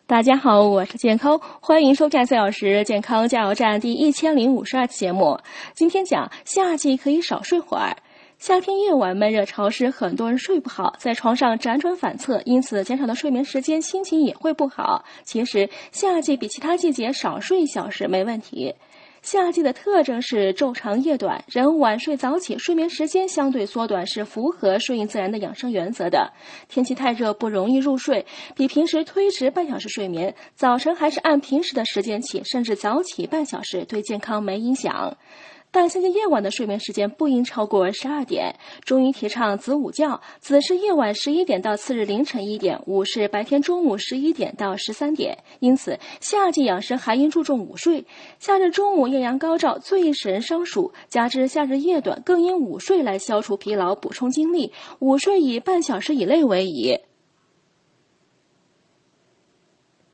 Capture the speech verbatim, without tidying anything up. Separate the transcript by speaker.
Speaker 1: 大家好，我是健康，欢迎收看四小时健康加油站第一千零五十二期节目。今天讲夏季可以少睡会儿。夏天夜晚闷热潮湿，很多人睡不好，在床上辗转反侧，因此减少的睡眠时间，心情也会不好。其实夏季比其他季节少睡一小时没问题。夏季的特征是昼长夜短，人晚睡早起，睡眠时间相对缩短，是符合顺应自然的养生原则的。天气太热不容易入睡，比平时推迟半小时睡眠，早晨还是按平时的时间起，甚至早起半小时，对健康没影响。但夏季夜晚的睡眠时间不应超过十二点。中医提倡子午觉，子是夜晚十一点到次日凌晨一点，午是白天中午十一点到十三点。因此，夏季养生还应注重午睡。夏日中午艳阳高照，最使人伤暑，加之夏日夜短，更应午睡来消除疲劳，补充精力。午睡以半小时以内为宜。